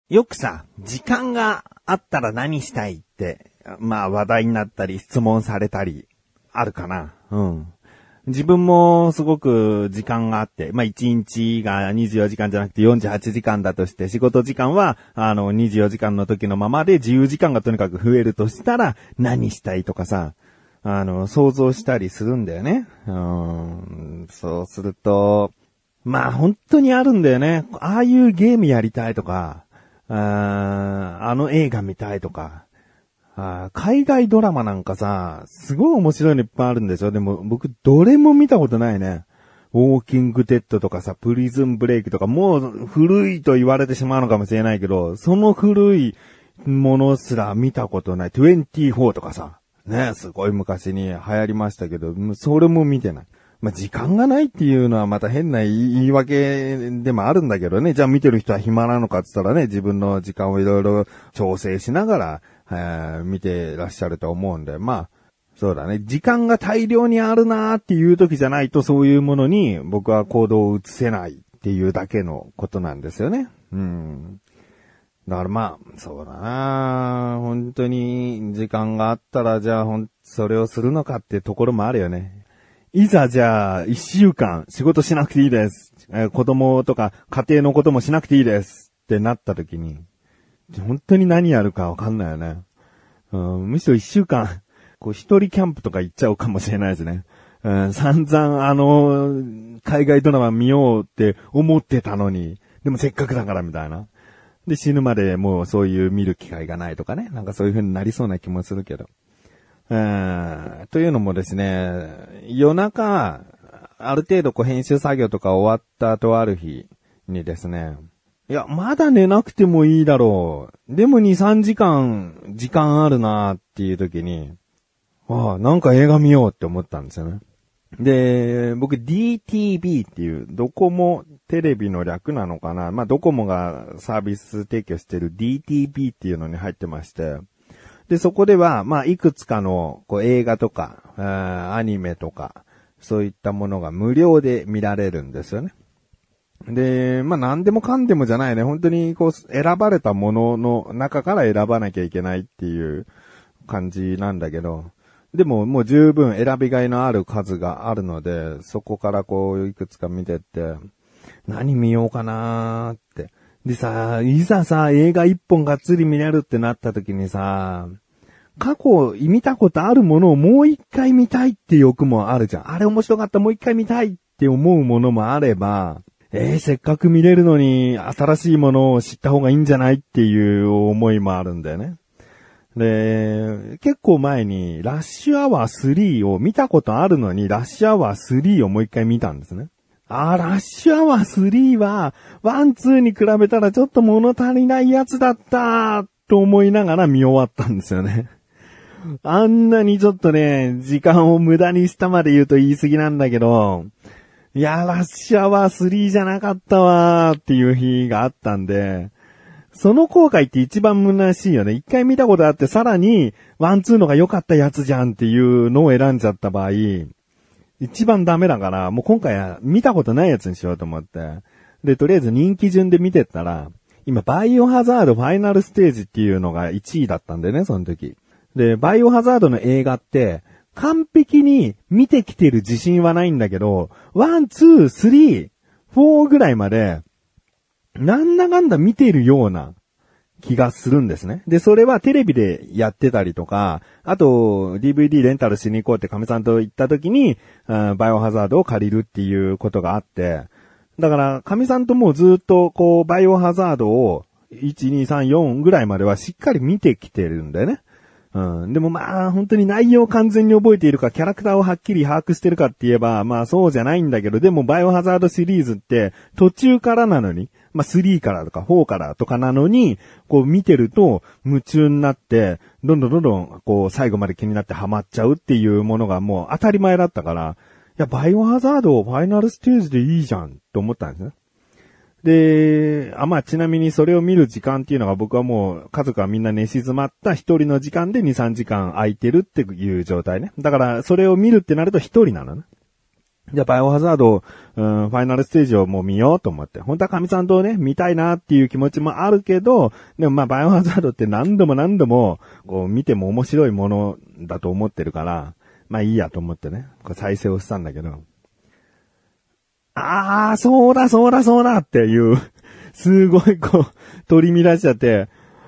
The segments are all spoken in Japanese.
よくさ、時間があったら何したいって、まあ話題になったり質問されたり、あるかな。うん。自分もすごく時間があって、まあ1日が24時間じゃなくて48時間だとして、仕事時間は24時間の時のままで自由時間がとにかく増えるとしたら何したいとかさ、想像したりするんだよね。そうすると、まあ本当にあるんだよね。ああいうゲームやりたいとか、あの映画見たいとか、海外ドラマなんかさ、すごい面白いのいっぱいあるんでしょ。でも僕どれも見たことないね。ウォーキングデッドとかさ、プリズンブレイクとか、もう古いと言われてしまうのかもしれないけど、その古いものすら見たことない。24とかさ、ね、すごい昔に流行りましたけど、それも見てない。まあ、時間がないっていうのはまた変な言い訳でもあるんだけどね。じゃあ見てる人は暇なのかって言ったらね、自分の時間をいろいろ調整しながら、見てらっしゃると思うんで、まあ、そうだね。時間が大量にあるなーっていう時じゃないとそういうものに僕は行動を移せないっていうだけのことなんですよね。だからまあ、そうだな。本当に時間があったらじゃあそれをするのかっていうところもあるよね。いざじゃあ、1週間仕事しなくていいです。子供とか家庭のこともしなくていいですってなった時に、本当に何やるかわかんないよね。むしろ1週間、一人キャンプとか行っちゃうかもしれないですね。散々海外ドラマ見ようって思ってたのに、でもせっかくだからみたいな。で、死ぬまでもうそういう見る機会がないとかね。なんかそういう風になりそうな気もするけど。というのもですね、夜中、ある程度編集作業とか終わった後ある日にですね、いや、まだ寝なくてもいいだろう。でも2、3時間、時間あるなっていう時に、なんか映画見ようって思ったんですよね。で、僕 DTV っていうドコモテレビの略なのかな。まあ、ドコモがサービス提供してる DTV っていうのに入ってまして、で、そこでは、まあ、いくつかの映画とか、アニメとか、そういったものが無料で見られるんですよね。で、まあ、何でもかんでもじゃないね。本当に選ばれたものの中から選ばなきゃいけないっていう感じなんだけど、でももう十分選びがいのある数があるので、そこからいくつか見てって、何見ようかなーって。でさ、いざさ、映画一本がっつり見れるってなった時にさ、過去見たことあるものをもう一回見たいって欲もあるじゃん。あれ面白かった、もう一回見たいって思うものもあれば、せっかく見れるのに新しいものを知った方がいいんじゃないっていう思いもあるんだよね。で、結構前にラッシュアワー3を見たことあるのに、ラッシュアワー3をもう一回見たんですね。ラッシュアワー3は、1、2に比べたらちょっと物足りないやつだったと思いながら見終わったんですよね。あんなにちょっとね、時間を無駄にしたまで言うと言い過ぎなんだけど、いや、ラッシュアワー3じゃなかったわーっていう日があったんで、その後悔って一番虚しいよね。一回見たことあってさらに、1、2のが良かったやつじゃんっていうのを選んじゃった場合、一番ダメだから、もう今回は見たことないやつにしようと思って。で、とりあえず人気順で見てったら、今、バイオハザードファイナルステージっていうのが1位だったんでね、その時。で、バイオハザードの映画って、完璧に見てきてる自信はないんだけど、1、2、3、4ぐらいまで、なんだかんだ見てるような気がするんですね。で、それはテレビでやってたりとか、あと DVD レンタルしに行こうって亀さんと行った時に、バイオハザードを借りるっていうことがあって、だから亀さんともうずっとバイオハザードを1、2、3、4ぐらいまではしっかり見てきてるんだよね。でもまあ本当に内容を完全に覚えているか、キャラクターをはっきり把握してるかって言えば、まあそうじゃないんだけど、でもバイオハザードシリーズって途中からなのに、まあ3からとか4からとかなのに、見てると夢中になって、どんどん最後まで気になってハマっちゃうっていうものがもう当たり前だったから、いやバイオハザードファイナルステージでいいじゃんと思ったんですね。で、まあ、ちなみにそれを見る時間っていうのが僕はもう家族はみんな寝静まった一人の時間で2、3時間空いてるっていう状態ね。だからそれを見るってなると一人なのね。 じゃあバイオハザード、ファイナルステージをもう見ようと思って。本当は神さんとね、見たいなっていう気持ちもあるけど、でもまあバイオハザードって何度も、こう見ても面白いものだと思ってるから、まあいいやと思ってね、こう再生をしたんだけど、そうだっていう、すごいこう、取り乱しちゃって、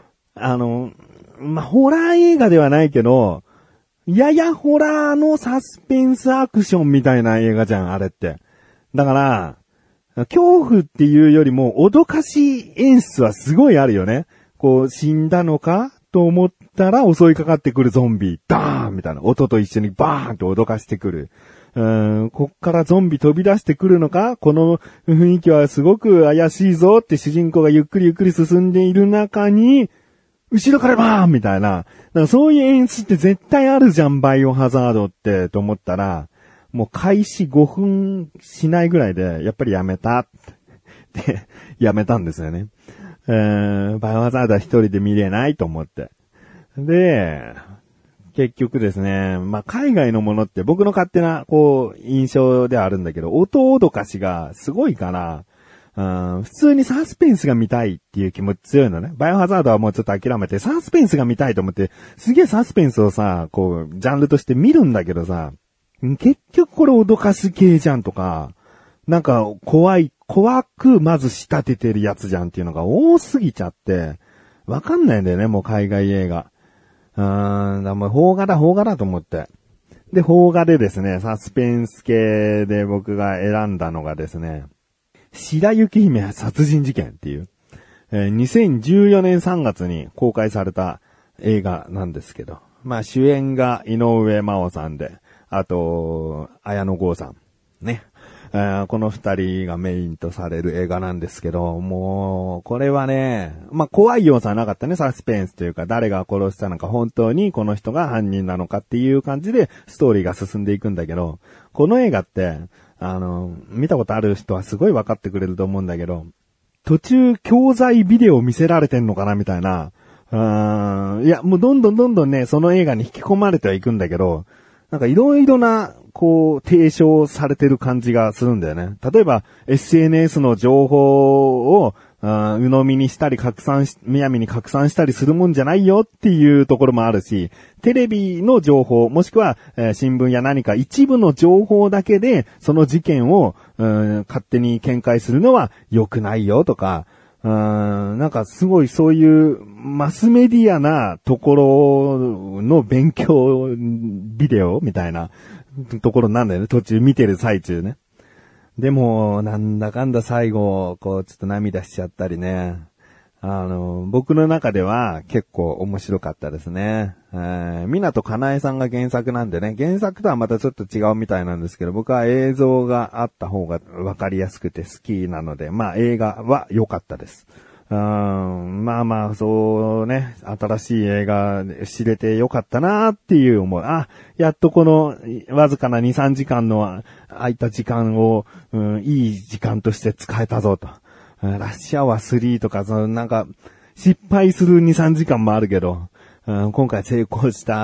まあ、ホラー映画ではないけど、ややホラーのサスペンスアクションみたいな映画じゃん、あれって。だから、恐怖っていうよりも、脅かし演出はすごいあるよね。こう、死んだのかと思ったら襲いかかってくるゾンビ、ダーンみたいな。音と一緒にバーンと脅かしてくる。こっからゾンビ飛び出してくるのか、この雰囲気はすごく怪しいぞって主人公がゆっくり進んでいる中に、後ろからバーンみたいな。なんかそういう演出って絶対あるじゃん、バイオハザードってと思ったら、もう開始5分しないぐらいで、やっぱりやめた。で、やめたんですよね。バイオハザードは一人で見れないと思って。で、結局ですね、まあ、海外のものって僕の勝手な、こう、印象ではあるんだけど、音脅かしがすごいから、普通にサスペンスが見たいっていう気持ち強いのね。バイオハザードはもうちょっと諦めて、サスペンスが見たいと思って、すげえサスペンスをさ、こう、ジャンルとして見るんだけどさ、結局これ脅かす系じゃんとか、なんか怖くまず仕立ててるやつじゃんっていうのが多すぎちゃって、わかんないんだよね、もう海外映画。だもう邦画だと思って。で、邦画でですね、サスペンス系で僕が選んだのがですね、白雪姫殺人事件っていう、2014年3月に公開された映画なんですけど、まあ主演が井上真央さんで、あと、綾野剛さん。ね。この二人がメインとされる映画なんですけど、もう、これはね、まあ怖い要素はなかったね、サスペンスというか、誰が殺したのか、本当にこの人が犯人なのかっていう感じで、ストーリーが進んでいくんだけど、この映画って、見たことある人はすごい分かってくれると思うんだけど、途中教材ビデオ見せられてんのかなみたいな。いや、もうどんどんね、その映画に引き込まれてはいくんだけど、なんかいろいろな、こう、提唱されてる感じがするんだよね。例えば、SNS の情報を、鵜呑みにしたりむやみに拡散したりするもんじゃないよっていうところもあるし、テレビの情報、もしくは、新聞や何か一部の情報だけで、その事件を、勝手に見解するのは良くないよとか、なんかすごいそういうマスメディアなところの勉強ビデオみたいなところなんだよね。途中見てる最中ね。でも、なんだかんだ最後、こうちょっと涙しちゃったりね。僕の中では結構面白かったですね。港かなえさんが原作なんでね、原作とはまたちょっと違うみたいなんですけど、僕は映像があった方がわかりやすくて好きなので、まあ映画は良かったです。まあまあ、そうね、新しい映画知れて良かったなーっていう思い。やっとこのわずかな2、3時間の空いた時間を、いい時間として使えたぞと。ラッシュアワー3とか、なんか、失敗する2、3時間もあるけど、今回成功した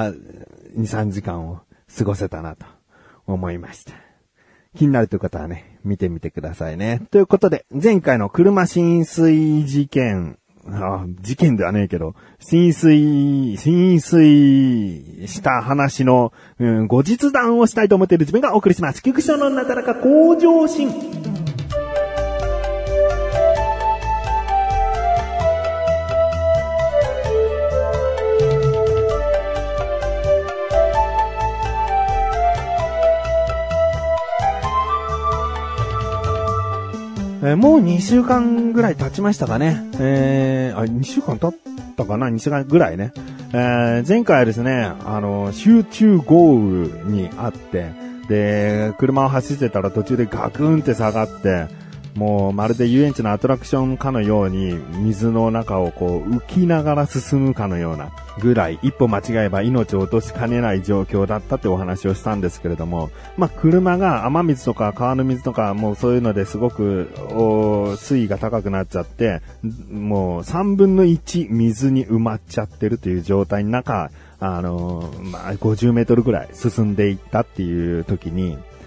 2、3時間を過ごせたなと思いました。気になるという方はね、見てみてくださいね。ということで、前回の車浸水事件、事件ではねえけど、浸水した話の、後日談をしたいと思っている自分がお送りします。菊池のなだらか向上心。もう2週間ぐらい経ちましたかね。2週間経ったかな ?2 週間ぐらいね。前回はですね、集中豪雨にあって、で、車を走ってたら途中でガクンって下がって、もうまるで遊園地のアトラクションかのように水の中をこう浮きながら進むかのようなぐらい一歩間違えば命を落としかねない状況だったってお話をしたんですけれども、まあ車が雨水とか川の水とかもうそういうのですごく水位が高くなっちゃってもう3分の1水に埋まっちゃってるという状態の中50メートルぐらい進んでいったっていう時に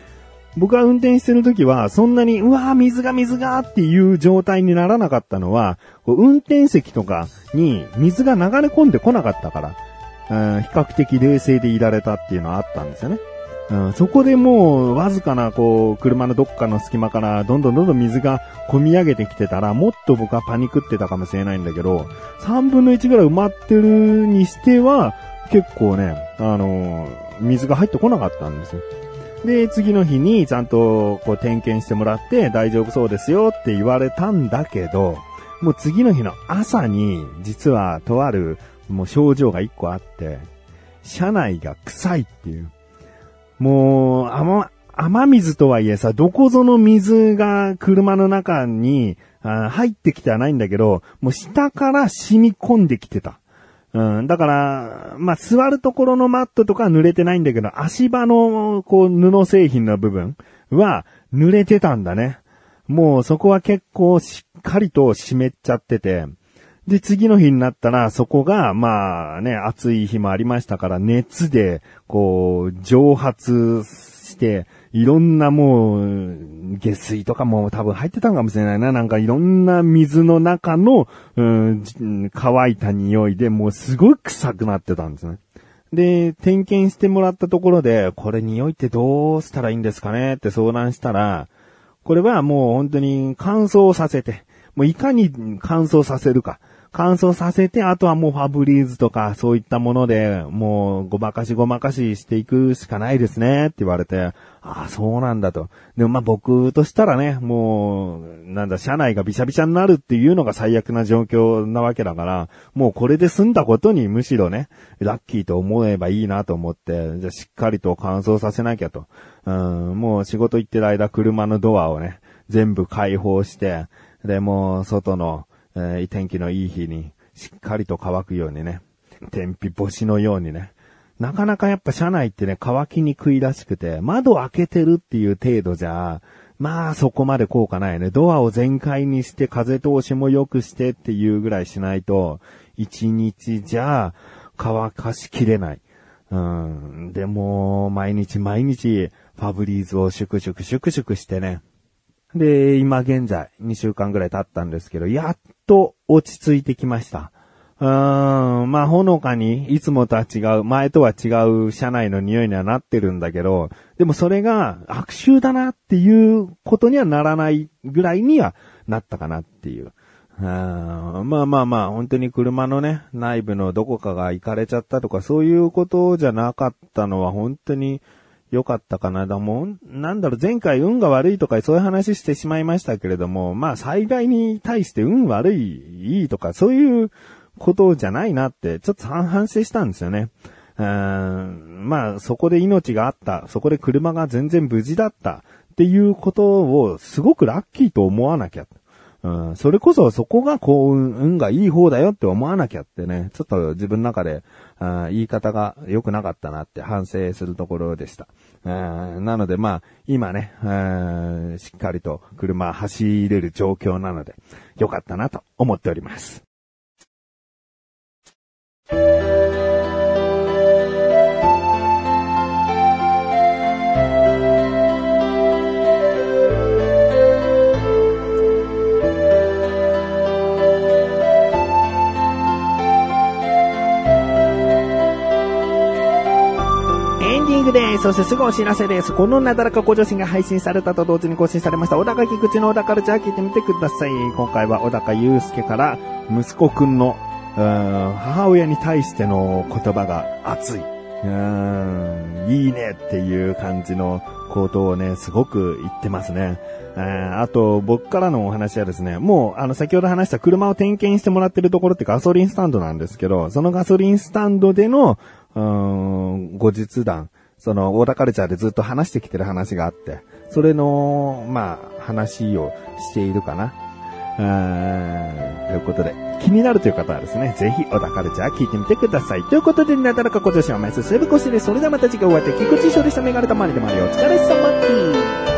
僕が運転してる時は、そんなに、うわー水がっていう状態にならなかったのは、運転席とかに水が流れ込んでこなかったから、比較的冷静でいられたっていうのはあったんですよね。そこでもう、わずかな、車のどっかの隙間から、どんどん水が込み上げてきてたら、もっと僕はパニクってたかもしれないんだけど、3分の1ぐらい埋まってるにしては、結構ね、水が入ってこなかったんですよ。で、次の日にちゃんと点検してもらって大丈夫そうですよって言われたんだけど、もう次の日の朝に実はとあるもう症状が一個あって、車内が臭いっていう。もう雨水とはいえさ、どこぞの水が車の中に入ってきてはないんだけど、もう下から染み込んできてた。だから、座るところのマットとかは濡れてないんだけど、足場の、布製品の部分は濡れてたんだね。もうそこは結構しっかりと湿っちゃってて、で、次の日になったら、そこが、暑い日もありましたから、熱で、蒸発して、いろんなもう、下水とかも多分入ってたのかもしれないな。なんかいろんな水の中の、乾いた匂いでもうすごい臭くなってたんですね。で、点検してもらったところで、これ匂いってどうしたらいいんですかねって相談したら、これはもう本当に乾燥させて、もういかに乾燥させるか。乾燥させて、あとはもうファブリーズとかそういったもので、もうごまかししていくしかないですねって言われて、ああ、そうなんだと。でも僕としたらね、もう、車内がビシャビシャになるっていうのが最悪な状況なわけだから、もうこれで済んだことにむしろね、ラッキーと思えばいいなと思って、じゃあしっかりと乾燥させなきゃと。もう仕事行ってる間車のドアをね、全部開放して、で、もう外の、天気のいい日にしっかりと乾くようにね、天日干しのようにね、なかなかやっぱ車内ってね、乾きにくいらしくて、窓開けてるっていう程度じゃ、そこまで効果ないね。ドアを全開にして風通しも良くしてっていうぐらいしないと、一日じゃ乾かしきれない。でも、毎日、ファブリーズをシュクシュクしてね。で、今現在、2週間ぐらい経ったんですけど、やっと落ち着いてきました。ほのかに、いつもとは違う、前とは違う車内の匂いにはなってるんだけど、でもそれが悪臭だなっていうことにはならないぐらいにはなったかなっていう。本当に車のね、内部のどこかが行かれちゃったとか、そういうことじゃなかったのは本当に、良かったかな。前回運が悪いとかそういう話してしまいましたけれども、災害に対して運悪いとかそういうことじゃないなってちょっと反省したんですよね。そこで命があった、そこで車が全然無事だったっていうことをすごくラッキーと思わなきゃ。それこそそこが運がいい方だよって思わなきゃってね、ちょっと自分の中で言い方が良くなかったなって反省するところでした。なので今ね、しっかりと車走れる状況なので良かったなと思っております。そしてすぐお知らせです。このなだらか向上心が配信されたと同時に更新されました小高菊池の小高ルチャー聞いてみてください。今回は小高祐介から息子くんの母親に対しての言葉が熱い。いいねっていう感じのことをね、すごく言ってますね。あと、僕からのお話はですね、もう、先ほど話した車を点検してもらってるところってガソリンスタンドなんですけど、そのガソリンスタンドでの、後日談、その、オーダーカルチャーでずっと話してきてる話があって、それの、話をしているかな。ということで、気になるという方はですね、ぜひ、オーダーカルチャー聞いてみてください。ということで、なだらか向上心を毎週すべこしです。それではまた次回お会いでき、菊池翔でした。メガネたまりでもありお疲れ様です。